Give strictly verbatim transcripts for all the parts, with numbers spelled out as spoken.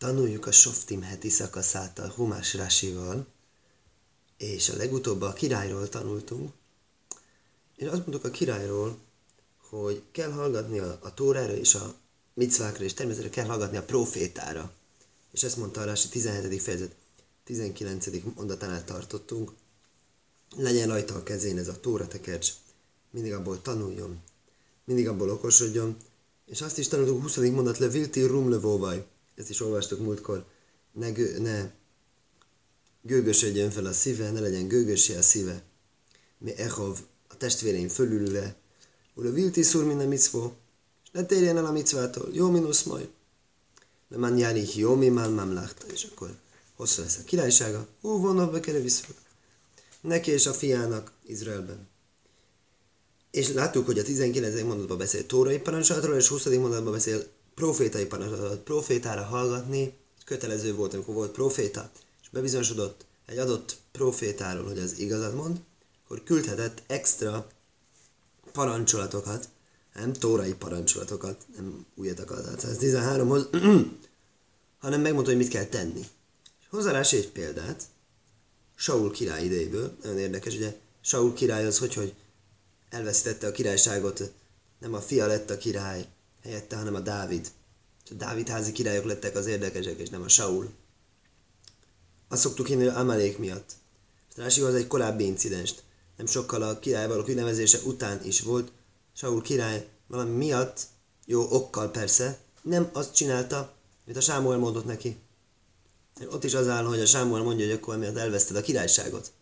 Tanuljuk a Softim heti szakaszát a Humás Rasival, és a legutóbb a királyról tanultunk. És azt mondtuk a királyról, hogy kell hallgatni a, a Tórára és a micvákra, és természetesen kell hallgatni a profétára. És ezt mondta a Rasi tizenhetedik fejezet tizenkilencedik mondatánál tartottunk. Legyen rajta a kezén ez a Tóra tekercs, mindig abból tanuljon, mindig abból okosodjon. És azt is tanultuk a huszadik mondat, le vilti rum levóvaj. Ezt is olvastuk múltkor. Ne, gő, ne gőgösödjön fel a szíve, ne legyen gőgösé a szíve. Mi echov, a testvéreim fölül-e. Ura vilti szúr minden micvó, és ne térjen el a micvától. Jó minusz majd. Le man járik jó mi man mamláhta. És akkor hosszú lesz a királysága. Hú, vonnak be kereviszről. Neki és a fiának Izraelben. És láttuk, hogy a tizenkilencedik mondatban beszél tórai parancsolatról, és huszadik mondatban beszél profétai parancsolatról. Profétára hallgatni kötelező volt, amikor volt proféta, és bebizonyosodott egy adott profétáról, hogy az igazat mond, akkor küldhetett extra parancsolatokat, nem tórai parancsolatokat, nem újatokat a száztizenháromhoz, hanem megmondta, hogy mit kell tenni. És hozzárás egy példát, Saul király idejéből, nagyon érdekes, ugye Saul király az, hogy, hogy elveszítette a királyságot, nem a fia lett a király helyette, hanem a Dávid. És a Dávid házi királyok lettek az érdekesek, és nem a Saul. Azt szoktuk hinni, hogy Amalek miatt. Rási hoz egy korábbi incidenst. Nem sokkal a király való kinevezése után is volt. Saul király valami miatt, jó okkal persze, nem azt csinálta, amit a Sámuel mondott neki. Ott is az áll, hogy a Sámuel mondja, hogy akkor miatt elveszted a királyságot.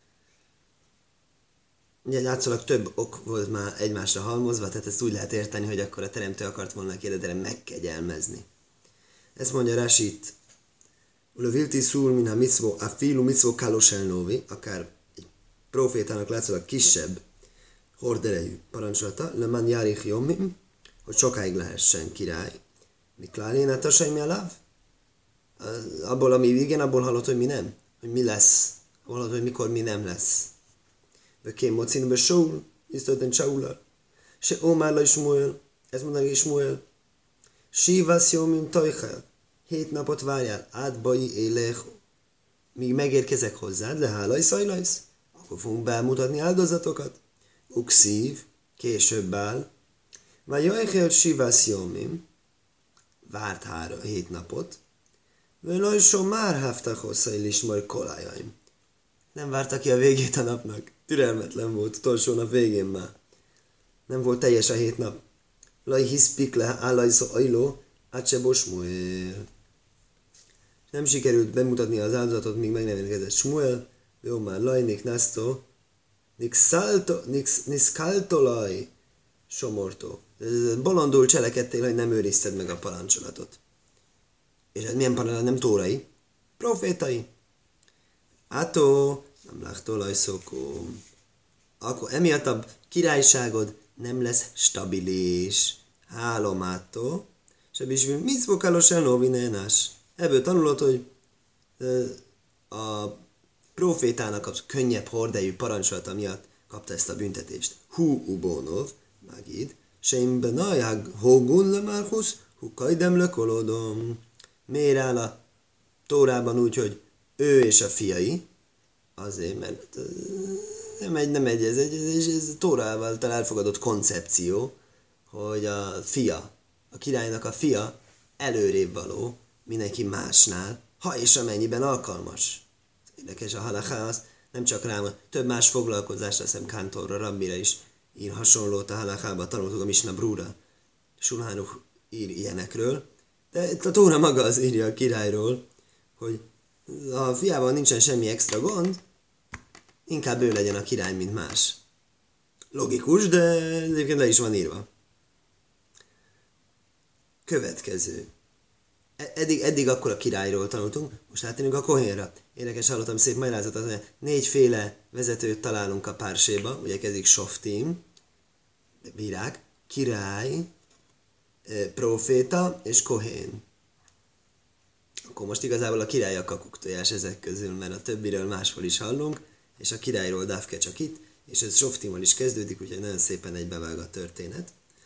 Ugye látszólag több ok volt már egymásra halmozva, tehát ezt úgy lehet érteni, hogy akkor a teremtő akart volna neki de megkegyelmezni. Ezt mondja Rásit, Ula vilti szúr min ha mitzvó, a filu mitzvó kálosel novi, akár egy profétának látszólag kisebb horderejű parancsolata, le man járich jomim, hogy sokáig lehessen király. Mi klárén átasai mi aláv? Abból, ami igen, abból hallott, hogy mi nem. Hogy mi lesz. Abból hallott, hogy mikor mi nem lesz. Bekém mocin be Saul, isztölten Saulal. Se Ómárla Ismuel, ez mondani Ismuel. Sívász jomim tajchel. Hét napot várjál, átbai élech, míg megérkezek hozzád, lehálaj szajlajsz. Akkor fogunk bemutatni áldozatokat. Ukszív, később áll. Már jajchel sívász jomim, várt hára, hét napot. Völajsó már háftach hosszai lismar kolájaim. Nem várta ki a végét a napnak. Türelmetlen volt, utolsó nap végén már. Nem volt teljes a hét nap. Laj hiszpik le állajszó ajló, átse Smuel. Nem sikerült bemutatni az áldozatot, míg meg nem érkezett Smuel. Jó már, laj nik násztó, niszkáltolaj somortó. Bolondul cselekedtél, hogy nem őrizted meg a parancsolatot. És ez milyen parancsolat? Nem tórai, profétai. Átó, nem láktolaj szokóm. Akkor emiatt a királyságod nem lesz stabilis. Hálomátó. És ebből is mit fokálos el novinénás. Ebből tanulod, hogy a profétának a könnyebb hordejű parancsolata miatt kapta ezt a büntetést. Hú ubónov, magid, seim benajág hógun lemárhusz, hú kajdem lekolodom. Miért áll a Tórában úgy, hogy ő és a fiai? Azért, mert nem egy, nem egy, ez egy, ez, ez Tórával elfogadott koncepció, hogy a fia, a királynak a fia előrébb való mindenki másnál, ha és amennyiben alkalmas. Érdekes a halakha, az nem csak rám, több más foglalkozásra, szem Kántorra, Rabbira is ír hasonlót a halakhába, tanultuk a Misna Brura, Sulhan Aruch ír ilyenekről, de a Tóra maga az írja a királyról, hogy ha a fiában nincsen semmi extra gond, inkább ő legyen a király, mint más. Logikus, de egyébként le is van írva. Következő. Eddig, eddig akkor a királyról tanultunk, most átérünk a Kohénra. Érdekes, hallottam szép magyarázatot, hogy négyféle vezetőt találunk a párséba, ugye kezdik Softim, bírák, király, proféta és Kohén. Akkor most igazából a király a kakuktojás ezek közül, mert a többiről máshol is hallunk, és a királyról Dafke csak itt, és ez Softimmal is kezdődik, úgyhogy nagyon szépen egybevág a történet.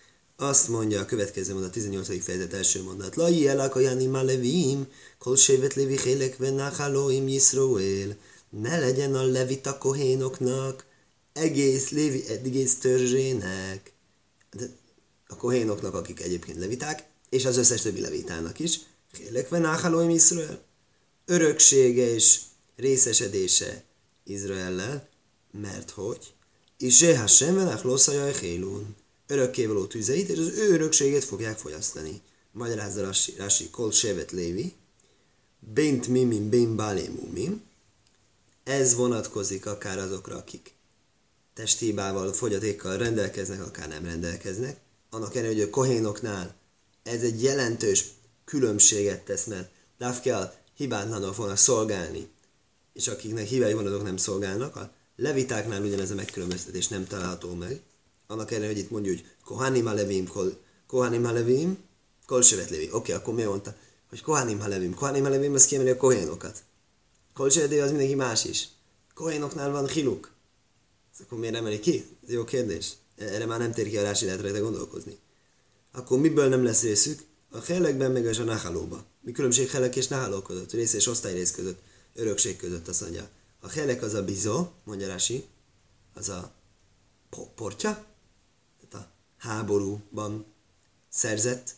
azt mondja a következő mondat, tizennyolcadik fejezet első mondat. Lai elak ajani malevim, kol sévet lévi hélek venachaloim Yisroel. Ne legyen a levita kohénoknak, egész lévi egész törzsének, de a kohénoknak, akik egyébként leviták, és az összes többi levitának is, hélek venachaloim Yisroel. Öröksége és részesedése Izraellel, mert hogy? És Zéha sem venach loszajaj hélún. Örökkévaló tüzeit, és az ő örökségét fogják fogyasztani. Magyarázza Rashi, Rashi kol sevet lévi, bent mimim, ben balémumim. Ez vonatkozik akár azokra, akik testhibával, fogyatékkal rendelkeznek, akár nem rendelkeznek. Annak ellenére, hogy a kohénoknál ez egy jelentős különbséget tesz, mert dávkel hibátlanul fognak szolgálni, és akiknek hibái van, azok nem szolgálnak. A levitáknál ugyanez a megkülönböztetés nem található meg. Annak ellenére, hogy itt mondjuk, hogy kohanim halevim, kol, kohanim halevim, kol sevet lévi. Oké, okay, akkor mi mondta, hogy kohanim halevim. Kohanim halevim, az kiemeli a kohénokat. Kol sevet lévi, az mindenki más is. Kohénoknál van hiluk. Akkor miért emeli ki? Ez jó kérdés. Erre már nem tér ki a Rási, lehet rajta gondolkozni. Akkor miből nem lesz részük? A helekben meg a nahalóba. Mi különbség helek és nahaló között, rész és osztályrész között, örökség között, azt mondja. A helek az a bizó, mondja Rási, az a portja, tehát a háborúban szerzett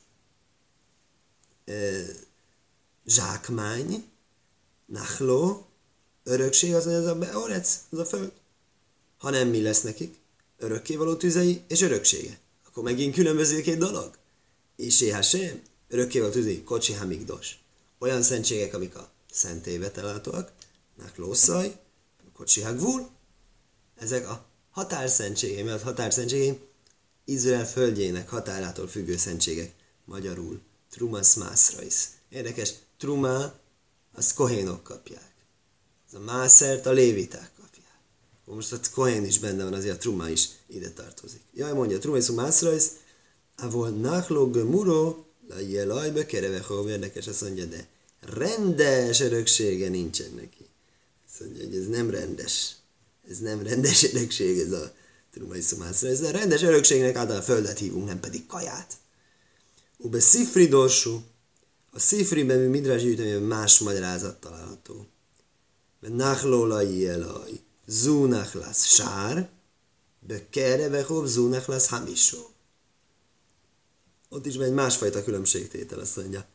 e, zsákmány, nachló, örökség, az az a beorec, az a föld. Ha nem, mi lesz nekik? Örökkévaló tüzei és öröksége. Akkor megint különböző két dolog. És éhásém, örökkévaló tüzei, kocsi hamigdos. Olyan szentségek, amik a szentélybe találhatóak, nachlószaj, kocsi hagvul, ezek a határszentségei, mert határszentségei Izrael földjének határától függő szentségek. Magyarul trumas mászrajsz. Érdekes, truma, azt kohénok kapják. Ez a mászert a léviták kapják. Most a kohén is benne van, azért a truma is ide tartozik. Jaj, mondja, trumas mászrajsz, avol nachló gömuro, la jelajbe kerevechó, érdekes, azt mondja, de rendes öröksége nincsen neki. Azt mondja, hogy ez nem rendes. Ez nem rendes örökség, ez a trumai szumászra. Ez a rendes örökségnek általán földet hívunk, nem pedig kaját. Ube szifri dorsú. A szifriben, mi midrás gyűjtőmében más magyarázat található. Be nachlólai elaj. Zúnach lesz sár. Be kerevechov zúnach lesz hamisó. Ott is egy másfajta különbségtétel, azt mondja.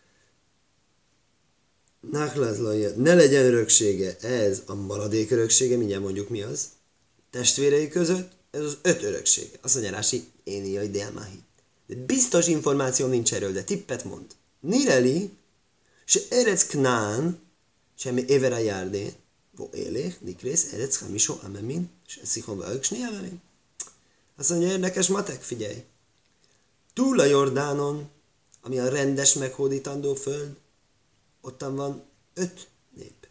Ne legyen öröksége, ez a maradék öröksége, mindjárt mondjuk mi az. Testvérei között, ez az öt öröksége. Azt mondja Rási, én jaj, delmáhi. De biztos információ nincs erről, de tippet mond. Nireli, se erec knán, semmi évera járdén, vo élek, nikrész, erec hamisó amemin, se szichon vajok, sni amemin. Azt mondja, érdekes matek, figyelj. Túl a Jordánon, ami a rendes meghódítandó föld, ottan van öt nép.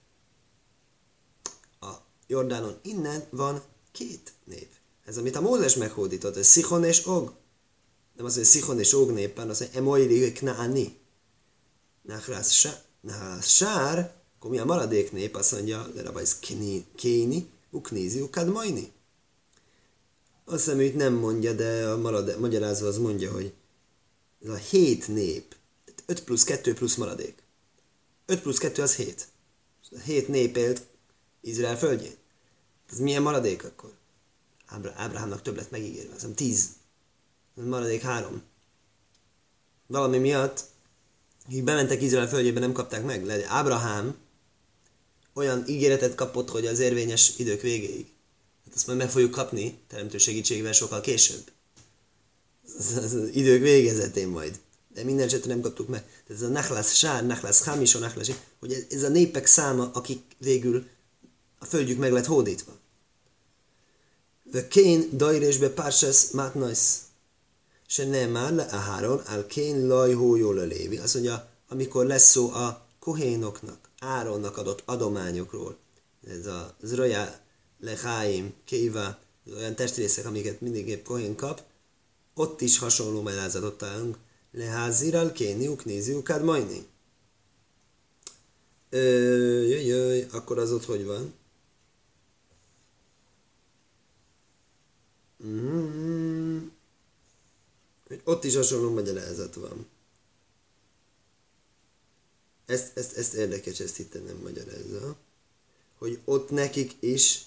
A Jordánon innen van két nép. Ez, amit a Mózes meghódított, ez Szichon és Og. Nem azt mondja, Szichon és Og népen, azt mondja, Emoiri Knaani. Nachlász sár, akkor mi a maradék nép, azt mondja, lerabajsz kéni, uknézi, ukadmajni. Azt hiszem, hogy nem mondja, de a marad, magyarázva az mondja, hogy ez a hét nép, tehát öt plusz kettő plusz maradék. öt plusz kettő az hét. hét nép élt Izrael földjén. Ez milyen maradék akkor? Ábra, Ábrahámnak több lett megígérve, azt hiszem tíz. Maradék három. Valami miatt, akik bementek Izrael földjébe, nem kapták meg. Le, Ábrahám olyan ígéretet kapott, hogy az érvényes idők végéig. Hát azt majd meg fogjuk kapni, teremtő segítségével sokkal később. Az, az, az idők végezetén majd. De minden esetre nem kaptuk meg. Tehát ez a nachlász sár, nachlász hamisó, nachlász, hogy ez, ez a népek száma, akik végül a földjük meg lett hódítva. The kén dajrésbe pársász mátnajsz. Se nem már le Áháron, al kén lajhó jól a lévi. Azt mondja, amikor lesz szó a kohénoknak, Áronnak adott adományokról. Ez a zroja leháim, kéva, olyan testrészek, amiket mindig kohén kap, ott is hasonló magyarázatot találunk. Leháziral kéniuk, néziuk, át majni. Jöjj, jöjj, akkor az ott hogy van? Mm-hmm. Hogy ott is hasonló magyarázat van. Ezt, ezt, ezt érdekes, ezt itt nem magyarázza. Hogy ott nekik is,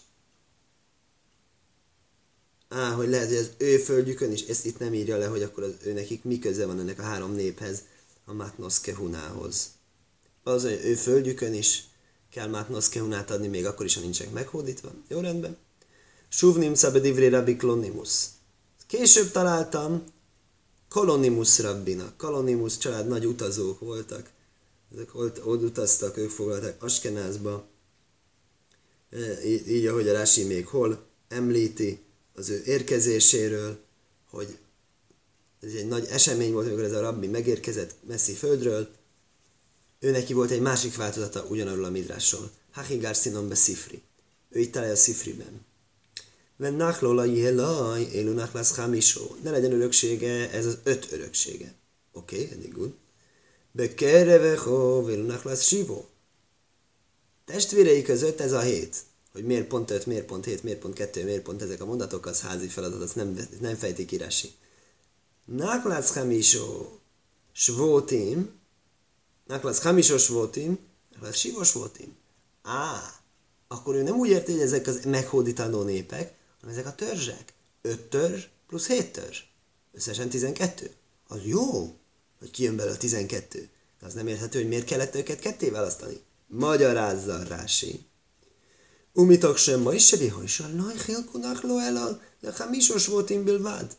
á, hogy lehet, hogy az ő földjükön is, ezt itt nem írja le, hogy akkor az ő nekik mi köze van ennek a három néphez, a Mátnosz Kehunához. Az, hogy ő földjükön is kell Mátnosz Kehunát adni, még akkor is, ha nincsenek meghódítva. Jó, rendben. Suvnim szabedivri rabbi Klonimus. Később találtam Kolonimus rabbinak. Kolonimus család nagy utazók voltak. Ezek ott, ott utaztak, ők foglalták Askenázba. Így, így, ahogy a Rási még hol említi az ő érkezéséről, hogy ez egy nagy esemény volt, amikor ez a rabbi megérkezett messzi földről. Ő neki volt egy másik változata ugyanarról a midrásról. Hachigár szinon be szifri. Ő itt találja a szifriben. Ven nachlola jelaj, élunak lesz hamisó. Ne legyen öröksége, ez az öt öröksége. Oké, okay, eddig good. Bekereveho, vélunak lesz sivó. Testvérei között ez a hét. Hogy miért pont öt, miért pont hét, miért pont kettő, miért pont ezek a mondatok, az házi feladat, azt nem, nem fejtik írási. Naklász hamisó svótim, naklász hamisó svótim, naklász sivó svótim. Á, akkor ő nem úgy érti, hogy ezek az meghódítandó népek, hanem ezek a törzsek. Öt törzs plusz hét törzs. Összesen tizenkettő. Az jó, hogy kijön belőle a tizenkettő. De az nem érthető, hogy miért kellett őket ketté választani. Magyarázza Rási. Umitok sem ma is se bihajsal, laj hilkunak lo elal, de hamisos voltim bilvád.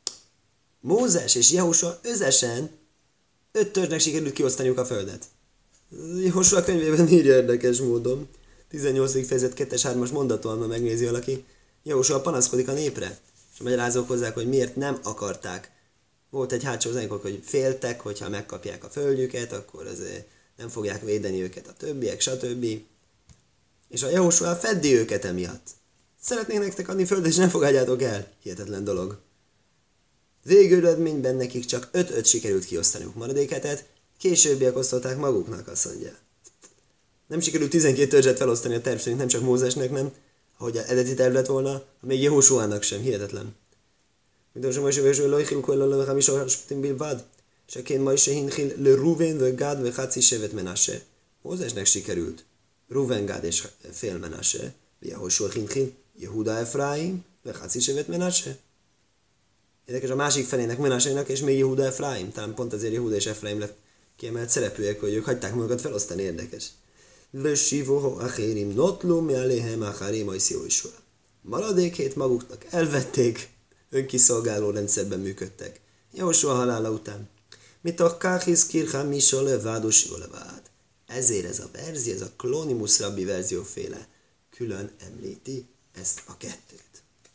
Mózes és Jehosua özesen öt törzsnek sikerült kiosztaniuk a földet. Jehosua könyvében írja érdekes módon. tizennyolcadik fejezet kettes hármas mondaton, ha megnézi valaki. Jehosua panaszkodik a népre. És a magyarázók hozzák, hogy miért nem akarták. Volt egy hátsó zenékok, hogy féltek, hogyha megkapják a földjüket, akkor azért nem fogják védeni őket a többiek, stb. És a Jehosua feddi őket emiatt. Szeretnék nektek adni földet, és nem fogadjátok el. Hihetetlen dolog. Végüledményben nekik csak öt-öt sikerült kiosztaniuk maradéketet, későbbiek osztották maguknak, azt mondja. Nem sikerült tizenkét törzset felosztani a terv szerint, nem csak Mózesnek, nem, ahogy a eredeti terv lett volna, ha még Jehosuának sem, hihetetlen. Mint sem Moshe Moshe lojchil kollal le hamisha shvatim bilvad, sheken Moshe hinchil le Ruven ve Gad ve Chatzi shevet Menashe. Mózesnek sikerült Ruven, Gad és fél Menashe, Jehoshua hinchil Yehuda Efraim ve Chatzi shevet Menashe. Érdekes a másik felének Menashénak és még Yehuda Efraim, talán pont azért Yehuda és Efraim lett kiemelt szerepűek, hogy ők hagyták magukat felosztani, érdekes. Vesivoho achérim notlu mi aléhem achárim ajszi Jehoshua. Maradékét maguknak elvették, önkiszolgáló rendszerben működtek. Jehoshua halála után. Mit a káhisz kirchám misol levádos levád. Ezért ez a verzió, ez a Klonimus rabbi verzióféle külön említi ezt a kettőt.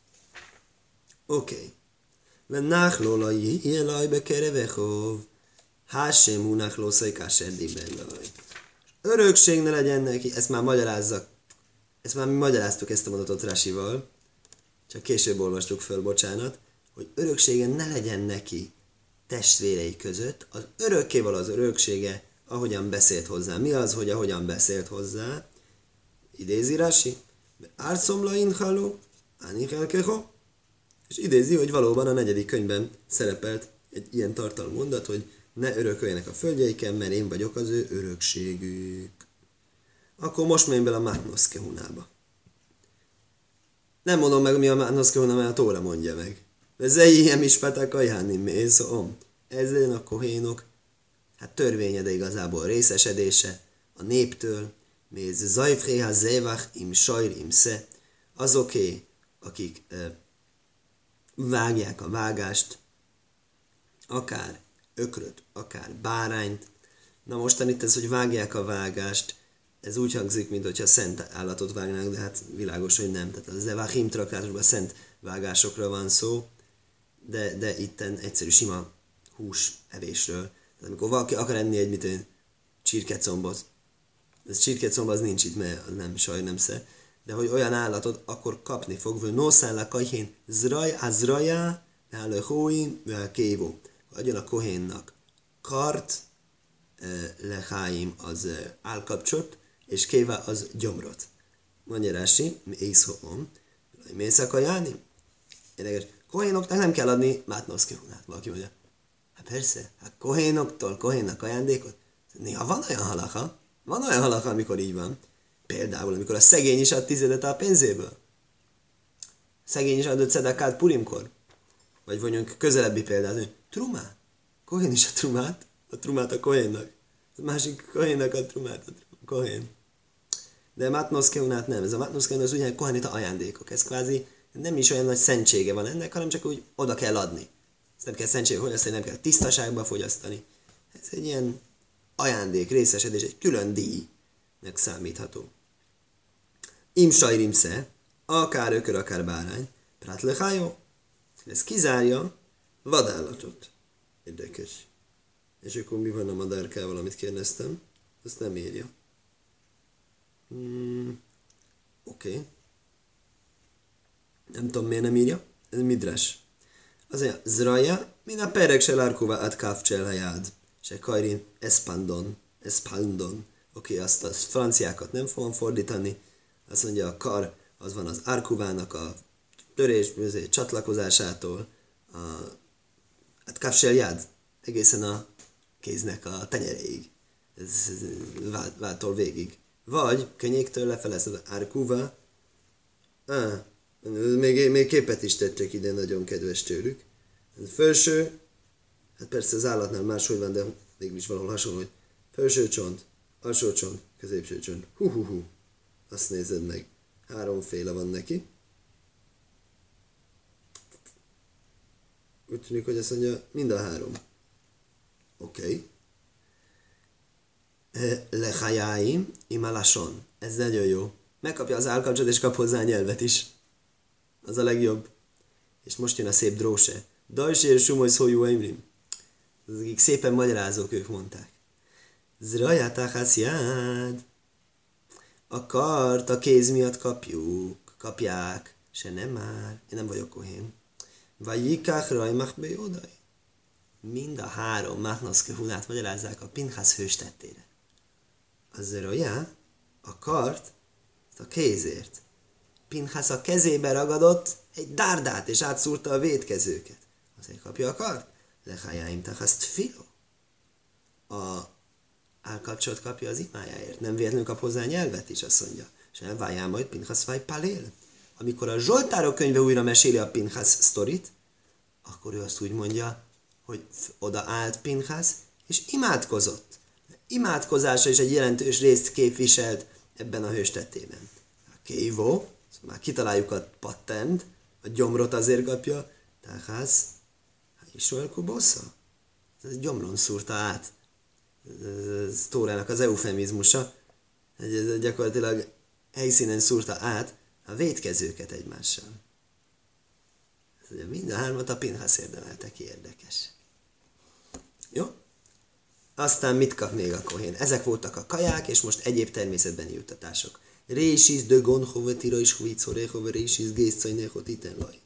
Oké. Okay. Vennachlóla jelaj bekerevechov. Hásém hunachló szajkásser dibenlaj. Örökség ne legyen neki, ezt már magyarázzak. Ezt már mi magyaráztuk ezt a mondatot Rásival. Csak később olvastuk föl, bocsánat, hogy öröksége ne legyen neki testvérei között, az örökkéval az öröksége, ahogyan beszélt hozzá. Mi az, hogy ahogyan beszélt hozzá? Idézi Rási. Árszomla inhaló, ánikelkeho. És idézi, hogy valóban a negyedik könyvben szerepelt egy ilyen tartalmú mondat, hogy ne örököljenek a földjeiken, mert én vagyok az ő örökségük. Akkor most menjünk bele a Mátnosz Kehunába. Nem mondom meg, mi a Mátnosz Kehuna, mert a Tóra mondja meg. De zeihem is patak ajhánim mészom. Ez legyen a kohénok, hát törvénye, de igazából részesedése a néptől. Méz zajfréha zévach im sajr im sze. Azoké, akik e, vágják a vágást, akár ökröt, akár bárányt. Na mostan itt ez, hogy vágják a vágást, ez úgy hangzik, mintha szent állatot vágnának, de hát világos, hogy nem. Tehát az Zevachim traktátusban szent vágásokra van szó, de, de itten egyszerű sima hús evésről. Tehát amikor valaki akar enni egy mit, csirkecombot, ez csirkecomb az nincs itt, mert nem saj, nem sze, de hogy olyan állatot akkor kapni fog, hogy nószállá kajhén zraj, azraja, állő hóin, kévó. Adjon a kohénnak kart, leháim az állkapcsot, és kéva az gyomrot. Mondja Rási, észhoom, mészak ajánni. Érdekes, kohénoknak nem kell adni Mátnosz Kehunát, valaki mondja. persze, hát kohénoktól, kohénnak ajándékot. Néha van olyan halakha, van olyan halakha, amikor így van. Például, amikor a szegény is ad tizedet a pénzéből. Szegény is adott szedakát Purimkor. Vagy vonjunk közelebbi példát, hogy trumá. Kohén is a trumát, a trumát a kohénnak. A másik kohénnak a trumát, a kohén. De matnosz keunát nem. Ez a matnosz keunát az ugyan kohenita ajándékok. Ez kvázi nem is olyan nagy szentsége van ennek, hanem csak úgy oda kell adni. Ezt nem kell szentségbe fogyasztani, nem kell tisztaságba fogyasztani. Ez egy ilyen ajándék, részesedés, egy külön díjnak számítható. Im sajrimsze, akár ökör, akár bárány, prátlehájó. Ez kizárja vadállatot. Érdekes. És akkor mi van a madárkával, amit kérdeztem? Azt nem írja. Hmm, Oké. Okay. Nem tudom, miért nem írja. Ez midrás. Az olyan, zraja, min a perek se lárkóvá át kávcsel hajád. Se kajrin espandon, espandon. Oké, okay, azt a franciákat nem fogom fordítani. Azt mondja, a kar, az van az árkuvának a törés, csatlakozásától, a hát kávcsel egészen a kéznek a tenyeréig. Ez, ez váltól végig. Vagy könnyéktől lefele, ez az árkuva. Ah, még, még képet is tettek ide, nagyon kedves tőlük. A felső, hát persze az állatnál máshogy van, de mégis valahol hasonló, hogy felső csont, alsó csont, középső csont. Hú, hú, hú. Azt nézed meg. Háromféle van neki. Úgy tűnik, hogy azt mondja, mind a három. Oké. Okay. Lechajáim imalason. Ez nagyon jó. Megkapja az állkapcsot, és kap hozzá nyelvet is. Az a legjobb. És most jön a szép dróse. Dajsér sumoly szójú emrim. Akik szépen magyarázók, ők mondták. Zrajátáhász jád. A kart a kéz miatt kapjuk. Kapják. Se nem már. Én nem vagyok kohén. Vagy jikák rajmach bejódaj. Mind a három Machnoszke hunát magyarázzák a Pinhász hőstettére. Az zerajá, a kart, a kézért. Pinhász a kezébe ragadott egy dárdát, és átszúrta a vétkezőket. Azért kapja a kart. Lehájáim tachaszt filo. A állkapcsot kapja az imájáért. Nem véletlenül kap hozzá nyelvet is, azt mondja. És elváljál majd Pinhász vaj palél. Amikor a Zsoltárok könyve újra meséli a Pinhász sztorit, akkor ő azt úgy mondja, hogy oda állt Pinhász, és imádkozott. Imádkozása is egy jelentős részt képviselt ebben a hőstettében. A kévó, szóval már kitaláljuk a pattent, a gyomrot azért kapja, Táhász, Isroel Kubosza. Ez gyomron szúrta át. Ez Tórának az eufemizmusa. Ez gyakorlatilag helyszínen szúrta át a vétkezőket egymással. Mind a hármat a Pinhász érdemelte ki, érdekes. Jó? Aztán mit kap még a kohén? Ezek voltak a kaják, és most egyéb természetbeni juttatások. Résisz de gonhove tira is huvicórehove résisz gészcajnéhot itenlaj.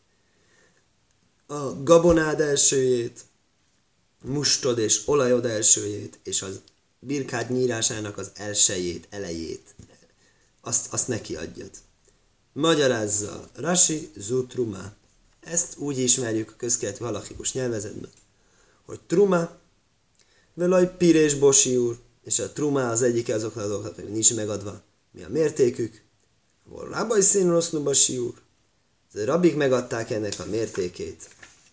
A gabonád elsőjét, mustod és olajod elsőjét, és az birkád nyírásának az elsőjét, elejét. Azt, azt neki adjad. Magyarázza Rashi Zutruma. Ezt úgy ismerjük a közkeletű halachikus nyelvezetben, hogy truma, velaj pirés bosi úr, és a truma az egyike azoknak a dolgoknak, hogy nincs megadva, mi a mértékük, ahol rabaj színrosznu basi úr, a rabik megadták ennek a mértékét.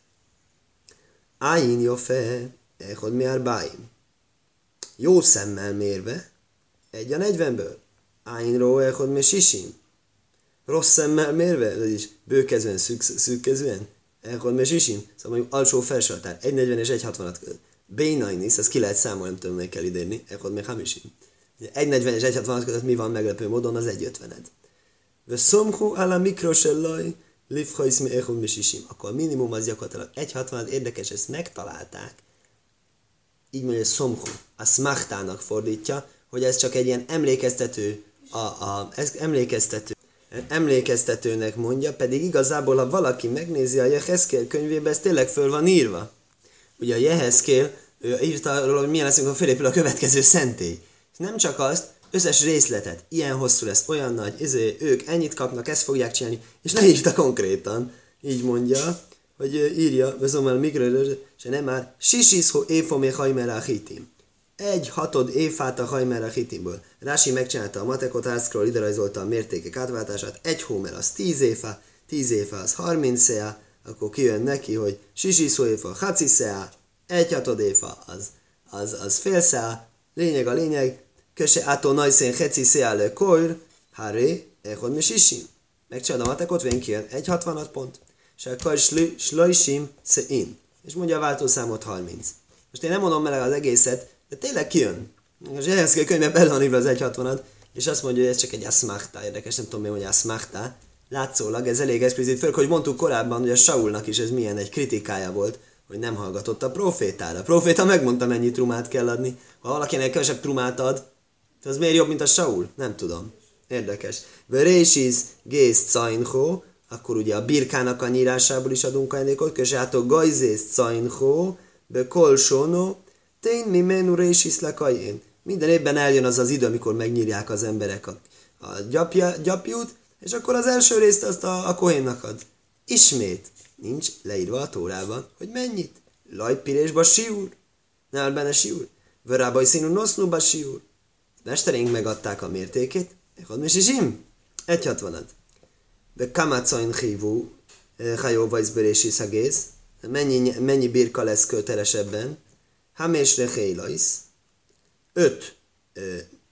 Ájin jó fe, echod mi árbáim. Jó szemmel mérve, egy a negyvenből. Ájin ró, echod mi sisim. Rossz szemmel mérve, vagyis bőkezően, szűk, szűkkezően, echod mi sisim. Szóval mondjuk alsó felső határ, egy negyven és egy hatvanat között. Bénainis, azt ki lehet számolni, nem tudom, meg kell idérni, echod mi hamisim. egy negyven és egy hatvanat között mi van meglepő módon, az egy ötvened. Ve szomhu ala mikrosellaj, lifhajsz mi echod mi sisim. Akkor a minimum az gyakorlatilag egy hatvanad, érdekes, ezt megtalálták. Így mondja, hogy szomhu, a smachtának fordítja, hogy ez csak egy ilyen emlékeztető, a, a, ez emlékeztető, emlékeztetőnek mondja, pedig igazából, ha valaki megnézi a Jehezkél könyvébe, ez tényleg föl van írva. Ugye a Jehezkél, ő írta arról, hogy milyen lesz, amikor felépül a következő szentély. És nem csak azt, összes részletet, ilyen hosszú lesz, olyan nagy, ezért ők ennyit kapnak, ezt fogják csinálni, és leírta konkrétan, így mondja, hogy írja, vezomel mikro, se nem már, sisiszho éfomé hajmerá hitim. Egy hatod évfát a hajmerá hitimból. Rási megcsinálta a matekot, átszkroll, ide rajzolta a mértékek átváltását. Egy hómer az tíz éfa, tíz éfa az harminc szea, akkor kijön neki, hogy sisiszho éfa, haci szea, egy hatod éfa az, az, az fél szea. Lényeg a lényeg, köse átó najszén heci szea le kojr, háré, echod mi sisim. Megcsinálod a matekot, vén kijön egy hatvanat pont. És akkor slajsim szein. És mondja a váltószámot harminc. Most én nem mondom meg az egészet, de tényleg kijön. És ehhez kell könyvben bele van írva az egy hatvanat, és azt mondja, hogy ez csak egy aszmachta. Érdekes, nem tudom mi, hogy aszmachta. Látszólag ez elég explicit, főleg, hogy mondtuk korábban, hogy a Saulnak is ez milyen egy kritikája volt, hogy nem hallgatott a profétára. A proféta megmondta, mennyi trumát kell adni. Ha valakinek kevesebb trumát ad, az miért jobb, mint a Saul? Nem tudom. Érdekes. Verésiz gész cainho, akkor ugye a birkának a nyírásából is adunk ajándékot, kösától gajzész cainho, be kolsono, tén mi menu résisz lekajén. Minden évben eljön az az idő, amikor megnyírják az emberek a, a gyapja, gyapjút, és akkor az első részt azt a, a kohénnak ad. Ismét nincs leírva a Tórában, hogy mennyit. Lajpirésba siúr, nál benne siúr, vörábaj színű nosznuba siúr. Mesterénk megadták a mértékét, echod mi sisim, egy hatvanat. De kamacain hívú, hajóvajzberési szagész, mennyi, mennyi birka lesz kötelesebben, hamésre hélajsz, öt ö,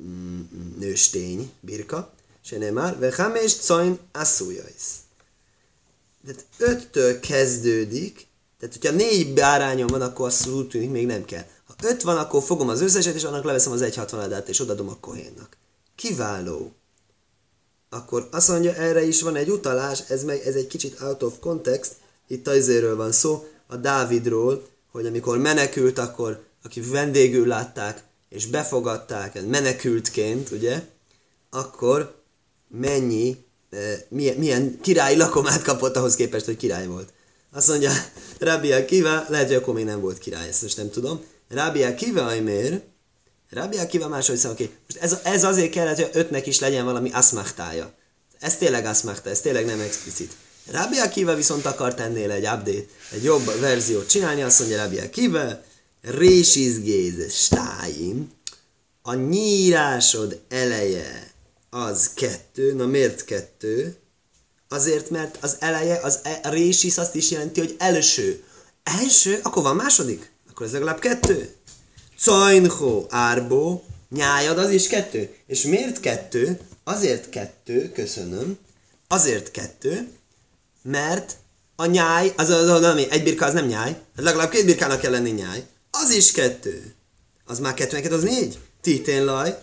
nőstény birka, se nem már, ve hamés cain asszújajsz. Tehát öttől kezdődik, tehát hogyha négy bárányom van, akkor azt úgy tűnik, még nem kell. Ha öt van, akkor fogom az összeset, és annak leveszem az egy hatvanadát, és odadom a kohénnak. Kiváló. Akkor azt mondja, erre is van egy utalás, ez, meg, ez egy kicsit out of context, itt azért van szó, a Dávidról, hogy amikor menekült, akkor aki vendégül látták, és befogadták, menekültként, ugye, akkor mennyi, milyen, milyen királyi lakomát kapott ahhoz képest, hogy király volt. Azt mondja, Rabbi Akiva, lehet, hogy akkor még nem volt király, ezt most nem tudom. Rabbi Akiva, ajmér, Rabbi Akiva máshogy szól, okay. Most ez, ez azért kellett, hogy ötnek is legyen valami aszmachtája. Ez tényleg aszmachta, ez tényleg nem explicit. Rabbi Akiva viszont akart ennél egy update, egy jobb verziót csinálni, azt mondja Rabbi Akiva, résizgéz stáim, a nyírásod eleje az kettő, na miért kettő? Azért, mert az eleje, az e, a résisz azt is jelenti, hogy első. Első? Akkor van második? Akkor ez legalább kettő. Cainho árbó, nyájad az is kettő. És miért kettő? Azért kettő, köszönöm. Azért kettő, mert a nyáj, az, az, az, az egy birka az nem nyáj, legalább két birkának kell lenni nyáj. Az is kettő. Az már kettő, neked az négy. Titén laj,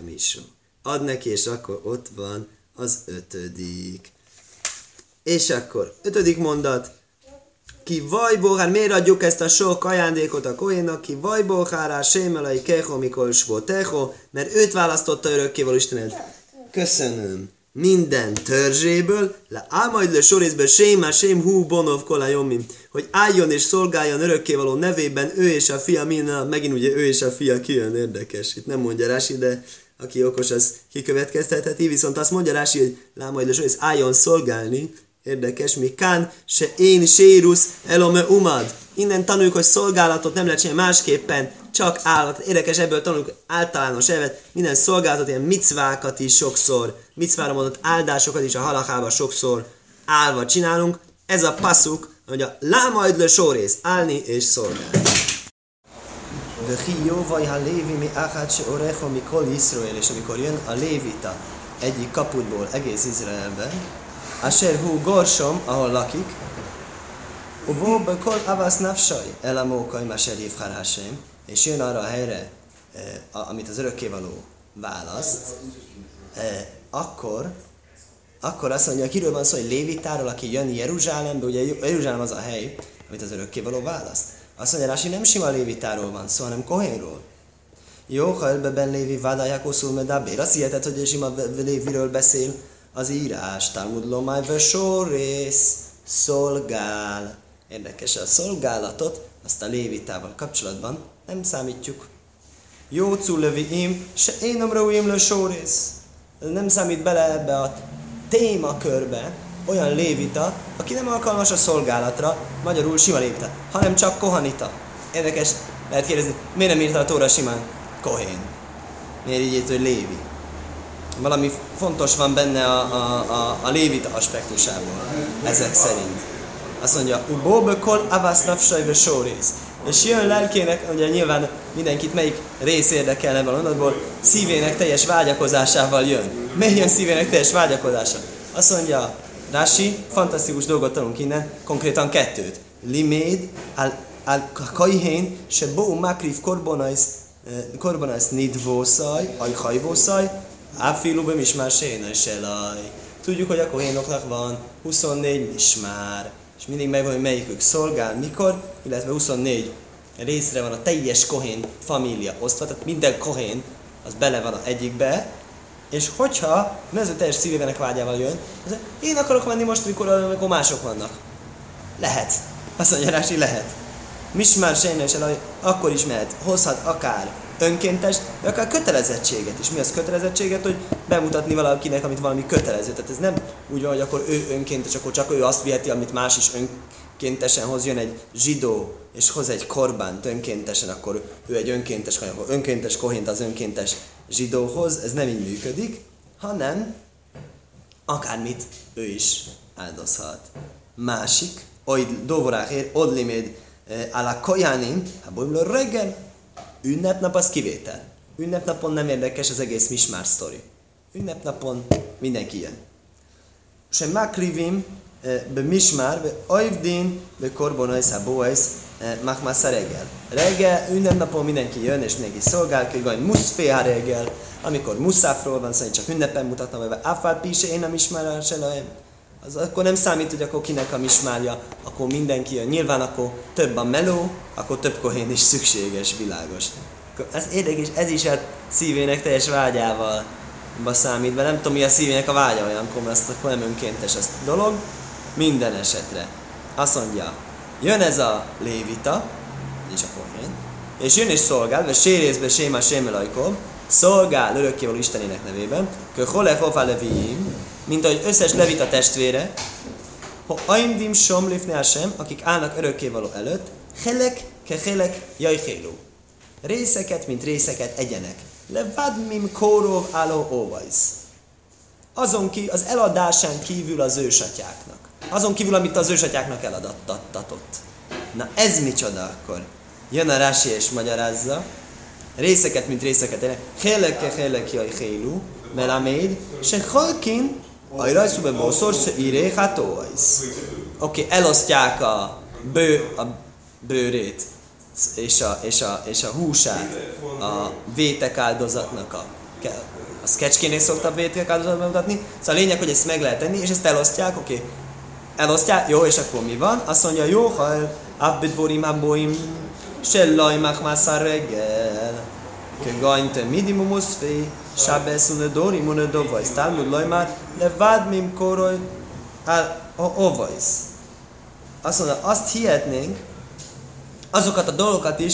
ad neki, és akkor ott van az ötödik. És akkor, ötödik mondat. Ki vajbóhár, miért adjuk ezt a sok ajándékot a kohénnak? Ki vajbóhárá, sémelai keho, mikor svóteho, mert őt választotta örökkévaló Istened. Köszönöm. Minden törzséből, le álmaid le sorészből, sémá, sém, hú, bonov, kolajomim, hogy álljon és szolgáljon örökkévaló nevében, ő és a fia, minden, megint ugye ő és a fia kijön, érdekes. Itt nem mondja Rási, de aki okos, az kikövetkeztetheti, viszont azt mondja Rási, hogy lámaid le sorész, álljon szolgálni, érdekes, mi kán, se én sérusz, elome umad. Innen tanuljuk, hogy szolgálatot nem lehet csinálni másképpen, csak állat. Érdekes, ebből tanuljuk általános elvet, minden szolgálatot, ilyen micvákat is sokszor, micvára mondott áldásokat is a halachában sokszor állva csinálunk. Ez a passzuk, hogy a lámaidlő sórész, állni és szolgálni. És amikor jön a lévita egyik kaputból egész Izraelbe, Asher hu gorsom, ahol lakik, uvó bekol avasz nafsaj, elamókai masher hívhár Hashem, és jön arra a helyre, eh, amit az örökkévaló választ, eh, akkor, akkor azt mondja, kiről van szó, hogy Lévitáról, aki jön Jeruzsálembe, ugye Jeruzsálem az a hely, amit az örökkévaló választ. Azt mondja, Rási, nem sima Lévitáról van szó, hanem Kohénról. Jó, ha elbeben Lévi vádáják oszul medabér, azt hihetett, hogy sima Léviről beszél, az írás, Talmud Lomai Vesorész, szolgál. Érdekes, a szolgálatot, azt a Lévitával kapcsolatban nem számítjuk. Jócú leviim, se én amraúim le sórész. Nem számít bele ebbe a témakörbe, olyan lévita, aki nem alkalmas a szolgálatra, magyarul sima lévita, hanem csak kohanita. Érdekes, lehet kérdezni, miért nem írta a Tóra simán kohén? Miért így írt, hogy lévi? Valami fontos van benne a, a, a, a lévita aspektusából, ezek szerint. Azt mondja, ubóbökol avasz nafsajve sórész. És jön lelkének, ugye nyilván mindenkit melyik rész érdekel ebben a mondatból, szívének teljes vágyakozásával jön. Miért jön szívének teljes vágyakozása? Azt mondja, Rashi, fantasztikus dolgot tanulunk innen, konkrétan kettőt. Liméd, al, al kajhén, se bó makriv korbonajsz, korbonajsz nidvószaj, ajhajvószaj, áfilubem is már séna selaj. Tudjuk, hogy a kohénoknak van huszonnégy mismár. És mindig megvan, hogy melyikük szolgál, mikor, illetve huszonnégy részre van a teljes kohén família osztva, tehát minden kohén az bele van a egyikbe, és hogyha mező teljes szívének vágyával jön, az, én akarok menni most, mikor, amikor mások vannak. Lehet. Azt mondja Rási, lehet. Mismár sejnes el, akkor is mehet. Hozhat akár önkéntes, de akár kötelezettséget is. Mi az kötelezettséget? Hogy bemutatni valakinek, amit valami kötelező. Tehát ez nem úgy van, hogy akkor ő önkéntes, akkor csak ő azt viheti, amit más is önkéntesen hoz. Jön egy zsidó, és hoz egy korbánt önkéntesen, akkor ő egy önkéntes, akkor önkéntes kohént az önkéntes zsidóhoz. Ez nem így működik, hanem akármit ő is áldozhat. Másik, oid dovoráhér, odliméd ala kojánim, ha bojmló reggel, ünnepnap az kivétel. Ünnepnapon nem érdekes az egész mismár sztori. Ünnepnapon mindenki jön. Se makrivim be mismár, be ajvdin, be korbonajsz, ha bóajsz, machmász reggel. Reggel, ünnepnapon mindenki jön és mindenki szolgál, kőgaj muszféhá reggel, amikor muszáfról van, szóval csak ünnepen mutatnom, hogy áfál píse, én nem ismerem se lajem. Az akkor nem számít, hogy akkor kinek a mismárja, akkor mindenki jön. Nyilván akkor több a meló, akkor több kohén is szükséges, világos. Ez érdekes, ez is a szívének teljes vágyával számít, mert nem tudom, mi a szívének a vágya olyankor, mert azt akkor nem önkéntes az dolog. Minden esetre. Azt mondja, jön ez a lévita, és a kohén, és jön és szolgál, mert sérészbe séma sémelajkó, szolgál örökkévaló Istenének nevében, kö hole hofá leviim, mint ahogy összes levita testvére, ha aimdim som lifne sem, akik állnak örökkévaló előtt, helek ke helek jajhélú. Részeket, mint részeket egyenek. Levadmim kórov álló óvajsz. Azon ki, az eladásán kívül az ősatyáknak. Azon kívül, amit az ősatyáknak eladattatott. Na ez micsoda akkor? Jön a Rási és magyarázza. Részeket, mint részeket egyenek. Helek ke helek jajhélú. Melaméd, se halkin, ajrajszú be boszor, se íré, hát óvajsz. Oké, elosztják a, bő, a bőrét és a, és, a, és a húsát a vétek áldozatnak a, a szkecskénél szoktak vétek áldozatnak mutatni. Szóval a lényeg, hogy ezt meg lehet tenni, és ezt elosztják, oké. Elosztják, jó, és akkor mi van? Azt mondja, jó, ha ábbedvorim ábbóim, se lajmák mászár reggel. Kegajnte minimum oszfé, sábesz unedori munedovajsz. Talmud lajmár, levád mim koroly, óvajsz. Azt mondja, azt hihetnénk, azokat a dolgokat is,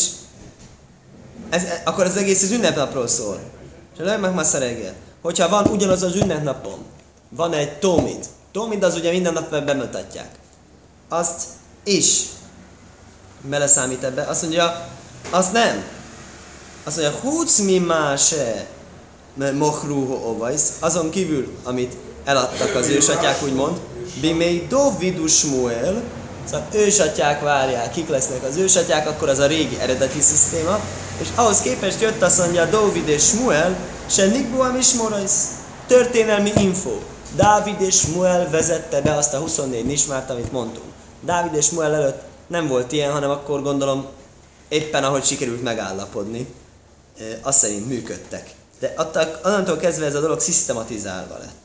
ez, akkor az egész az ünnepnapról szól. És lajmák mászár reggel. Hogyha van ugyanaz az ünnepnapon, van egy tómid. Tómid az ugye minden nap bemutatják. Azt is beleszámít ebbe. Azt mondja, azt nem. Azt mondja, húc mi máse mohrúho ovajsz, azon kívül, amit eladtak az ősatyák, úgymond, bimei dovidu Smuel, szóval ősatyák várják, kik lesznek az ősatyák, akkor az a régi eredeti szisztéma, és ahhoz képest jött azt mondja, Dávid és Smuel, se nikbuam is morajsz, történelmi info. Dávid és Smuel vezette be azt a huszonnégy nismárt, amit mondtunk. Dávid és Smuel előtt nem volt ilyen, hanem akkor gondolom éppen ahogy sikerült megállapodni, azt szerint működtek. De onnantól kezdve ez a dolog szisztematizálva lett.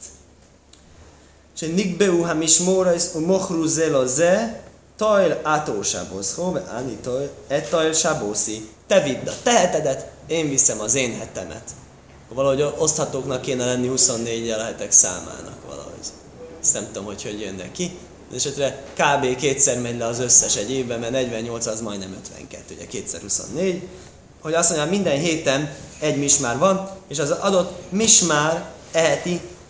És egy nikbeu hamis morajsz, mochru zeloze, tajl átósábozho, áni tajl, e tajl sábószi. Te vidd a tehetedet, én viszem az én hetemet. Valahogy oszthatóknak kéne lenni huszonnégyel a hetek számának valahogy. Ezt nem tudom, hogy hogy jön neki. De esetre kb. Kétszer megy le az összes egy évben, mert negyvennyolc az majdnem ötvenkettő, ugye kétszer huszonnégy. Hogy azt mondja, minden héten egy mismár van, és az adott mismár eheti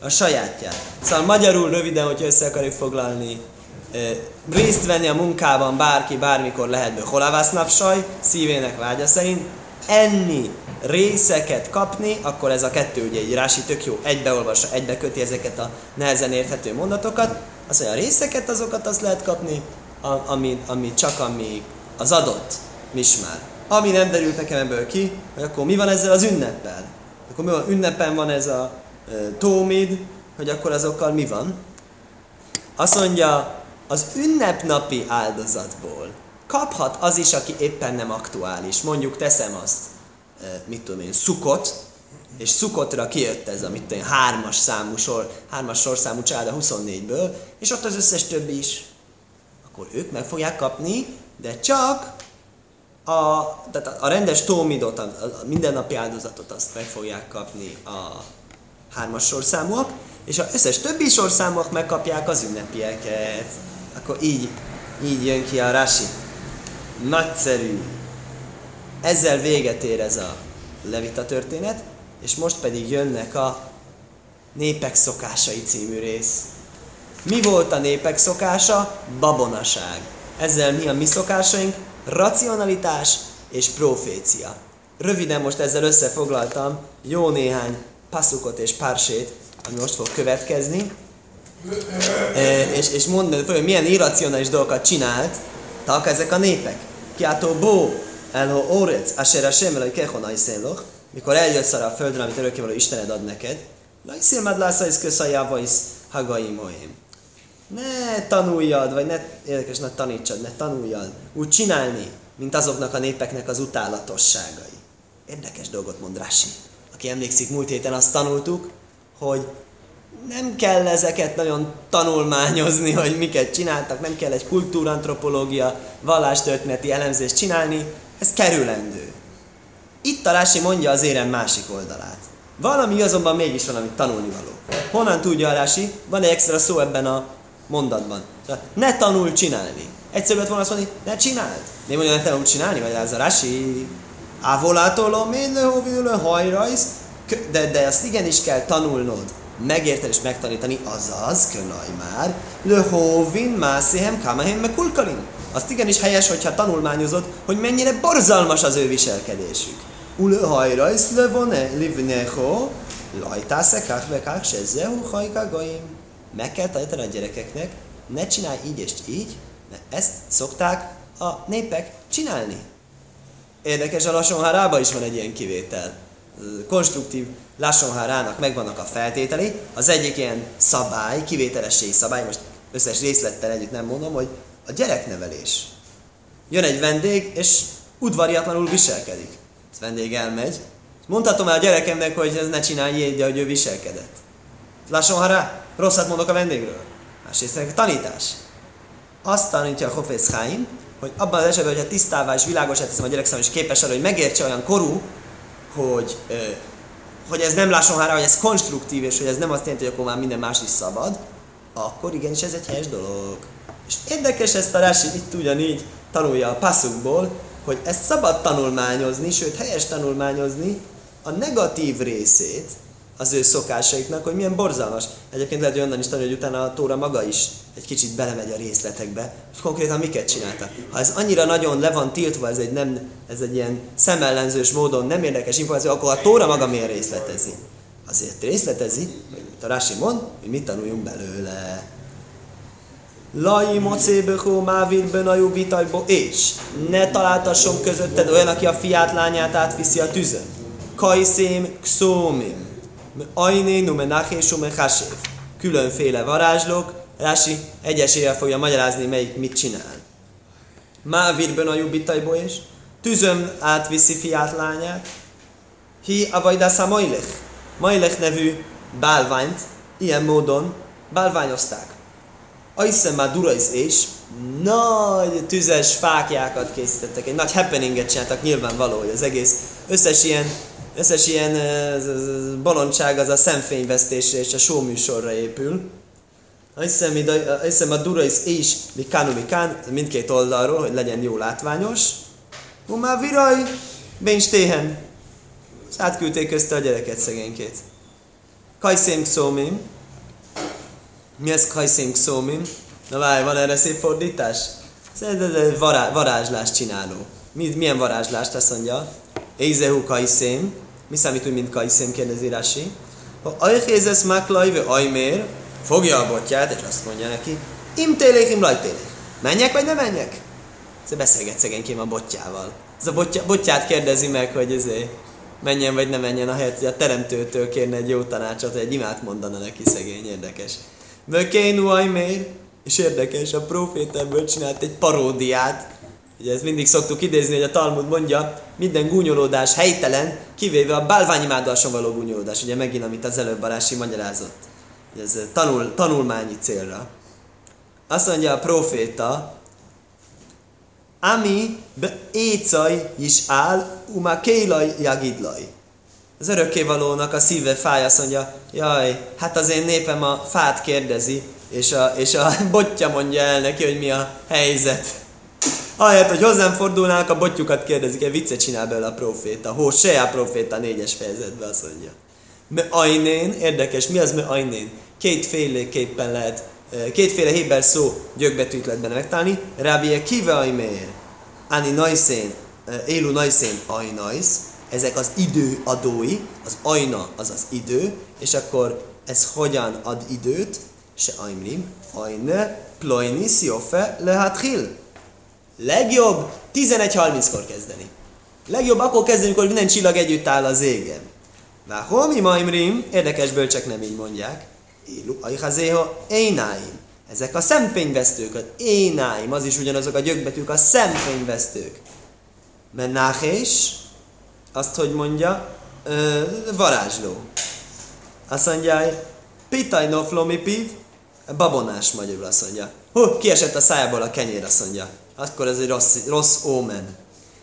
a sajátját. Szóval magyarul röviden, hogyha össze akarjuk foglalni, részt venni a munkában bárki, bármikor lehet be holavásznapsaj, szívének vágya szerint, enni, részeket kapni, akkor ez a kettő ugye egy rási tök jó, egybeolvassa, egybeköti ezeket a nehezen érthető mondatokat. Azt mondja, a részeket azokat azt lehet kapni, ami, ami csak ami az adott mismár. Ami nem derült nekem ebből ki, hogy akkor mi van ezzel az ünneppel? Akkor mi van? Ünnepen van ez a e, tómid, hogy akkor azokkal mi van? Azt mondja, az ünnepnapi áldozatból kaphat az is, aki éppen nem aktuális. Mondjuk teszem azt, e, mit tudom én, Szukot, és Szukotra kijött ez a mit tudom én, hármas számú sor, hármas sorszámú család a huszonnégyből, és ott az összes többi is. Akkor ők meg fogják kapni, de csak a, tehát a rendes tómidot, a, a mindennapi áldozatot azt meg fogják kapni a hármas sorszámúak, és az összes többi sorszámúak megkapják az ünnepieket. Akkor így, így jön ki a Rashi. Nagyszerű. Ezzel véget ér ez a levita történet, és most pedig jönnek a népek szokásai című rész. Mi volt a népek szokása? Babonaság. Ezzel mi a mi szokásaink? Racionalitás és profécia. Röviden most ezzel összefoglaltam jó néhány passzukot és pársét, ami most fog következni. E, és, és mondani, hogy milyen irracionális dolgokat csináltak ezek a népek. Kiátó bó, elho orec, asher hashem elai kechonai szénloch, mikor eljössz arra a földre, amit örökkévaló Istened ad neked, lajszél mád lászaisz köszajávaisz hagaimoim. Ne tanuljad, vagy ne, érdekes, ne tanítsad, ne tanuljad úgy csinálni, mint azoknak a népeknek az utálatosságai. Érdekes dolgot mond Rashi. Aki emlékszik, múlt héten azt tanultuk, hogy nem kell ezeket nagyon tanulmányozni, hogy miket csináltak, nem kell egy kultúrantropológia, vallástörténeti elemzést csinálni, ez kerülendő. Itt a Rashi mondja az érem másik oldalát. Valami azonban mégis valami tanulnivaló. Honnan tudja a Rashi? Van egy extra szó ebben a mondatban. Ne tanulj csinálni. Egyszerűen lett volna azt mondani, ne csináld. Nem mondja, ne tanulj csinálni, vagy ez a Rashi. Ávolától ménle, hóvinülő, hajrajsz. De, de azt igenis kell tanulnod, megérteni és megtanítani, azaz, könaj már, lehóvin, mászéhem, kámahem, meg kulkalin. Azt igenis helyes, hogyha tanulmányozod, hogy mennyire borzalmas az ő viselkedésük. Ule hajrajsz, levone, livneho, lajtásze, kákvekák, sezzehu, hajkágaim. Meg kell tanítani a gyerekeknek, ne csinálj így és így, mert ezt szokták a népek csinálni. Érdekes, a Lashon-Harában is van egy ilyen kivétel. Konstruktív Lashon-Harának megvannak a feltételei. Az egyik ilyen szabály, kivételesség szabály, most összes részlettel együtt nem mondom, hogy a gyereknevelés. Jön egy vendég, és udvariatlanul viselkedik. Ez vendég elmegy. Mondhatom el a gyerekemnek, hogy ez ne csinálj így, de hogy ő viselkedett. Lashon-Hará, rosszat mondok a vendégről. Másrészt a tanítás. Azt tanítja a Chofetz Chaim, hogy abban az esetben, hogyha tisztává és világosá teszem a gyerek számára, és képes arra, hogy megértse olyan korú, hogy, ö, hogy ez nem Lashon-Hará, hogy ez konstruktív, és hogy ez nem azt jelenti, hogy akkor már minden más is szabad, akkor igenis ez egy helyes dolog. És érdekes ezt a Rashi itt ugyanígy tanulja a passzukból, hogy ezt szabad tanulmányozni, sőt helyes tanulmányozni a negatív részét az ő szokásaiknak, hogy milyen borzalmas. Egyébként lehet, hogy onnan is tanulja, hogy utána a Tóra maga is egy kicsit belemegy a részletekbe, és konkrétan miket csináltak. Ha ez annyira nagyon le van tiltva, ez egy, nem, ez egy ilyen szemellenzős módon nem érdekes információ, akkor a Tóra maga miért részletezi? Azért részletezi, hogy a Rashi mond, hogy mit tanuljunk belőle. Lai mocébökó mávirben a jubitajból, és ne találtasson közötted olyan, aki a fiát, lányát átviszi a tüzön. Kajszém kszómim. Ajnénu menachésú mechasév. Különféle varázslók. Rashi egyesével fogja magyarázni, melyik mit csinál. Mávirben a jubitajból, és tüzön átviszi fiát, lányát. Hi avajdásza Majlech. Majlech nevű bálványt ilyen módon bálványozták. Aiszem már duraiz és nagy tüzes fáklyákat készítettek, egy nagy happeninget csináltak, nyilvánvaló, hogy az egész összes ilyen, összes ilyen bolondság az a szemfényvesztésre és a showműsorra épül. Aiszem már duraiz és mikánu mikán, mindkét oldalról, hogy legyen jó látványos. Már viraj, bénstéhen. És átküldték közte a gyereket szegénykét. Kajszém Kszómim. Mi ez Kajszém Kszómim? Na várj, van erre szép fordítás? Szerintem vará, varázslást csináló. Mi, milyen varázslást, azt mondja? Ézehu Kajszém. Mi számít úgy, mint Kajszém, kérdezi Rashi. Ha ajhézesz maklaj, vagy ajmér, fogja a botját, és azt mondja neki, im télék, im lajtélék. Menjek, vagy ne menjek? Ez beszélget szegénykém a botjával. Ez a botja, botját kérdezi meg, hogy ezért menjen, vagy ne menjen, ahelyett, hogy a teremtőtől kérne egy jó tanácsot, egy imát mondana neki, szegény, érdekes. Vökénu ajmér, és érdekes, a próféta ebből csinált egy paródiát. Ugye ezt mindig szoktuk idézni, hogy a Talmud mondja, minden gúnyolódás helytelen, kivéve a bálványimádáson való gúnyolódás. Ugye megint, amit az előbb a Rási magyarázott. Ez tanul, tanulmányi célra. Azt mondja a próféta, Ami be écaj is áll, uma kélaj jagidlaj. Az örökkévalónak a szíve fáj, azt mondja, jaj, hát az én népem a fát kérdezi, és a, és a botja mondja el neki, hogy mi a helyzet. Ahelyett, hogy hozzám fordulnának, a botjukat kérdezik, egy viccet csinál belőle a próféta. Hóseá próféta négyes fejezetben azt mondja. Me ajnén, érdekes, mi az me ajnén? Kétféleképpen lehet, kétféle héber szó gyökbetűt lehet benne megtalálni. Rábie kive ajmér, áni najszén, élu najszén ajnajsz. Ezek az időadói, az ajna az az idő, és akkor ez hogyan ad időt? Se ajmrim, ajne, plojnis, jofe, lehathil. Legjobb tizenegy harminckor kezdeni. Legjobb akkor kezdeni, amikor minden csillag együtt áll az égen. Váhomi majmrim, érdekes bölcsek nem így mondják. Élu, ajhazéha, énáim. Ezek a szemfényvesztők, az énáim, az is ugyanazok a gyökbetűk, a szemfényvesztők. Mennáhés, azt, hogy mondja, ö, varázsló. Azt mondja, pitaj noflomi piv, babonás magyarul azt mondja. Hú, kiesett a szájából a kenyér, azt mondja. Akkor ez egy rossz, rossz ómen.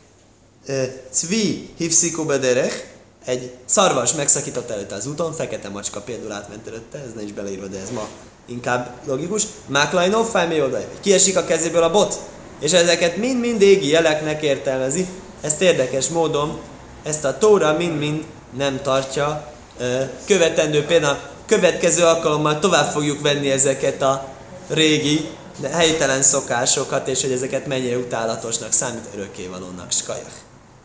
Cvi hivsziku bederech, egy szarvas megszakított előtte az úton, fekete macska például átment előtte, ez nincs beleírva, de ez ma inkább logikus. Máklajnó, fájmé oda, kiesik a kezéből a bot, és ezeket mind-mind égi jeleknek értelmezi. Ezt érdekes módon, ezt a Tóra mind-mind nem tartja követendő. Például következő alkalommal tovább fogjuk venni ezeket a régi, de helytelen szokásokat, és hogy ezeket mennyire utálatosnak számít örökkévalónak. Skajach.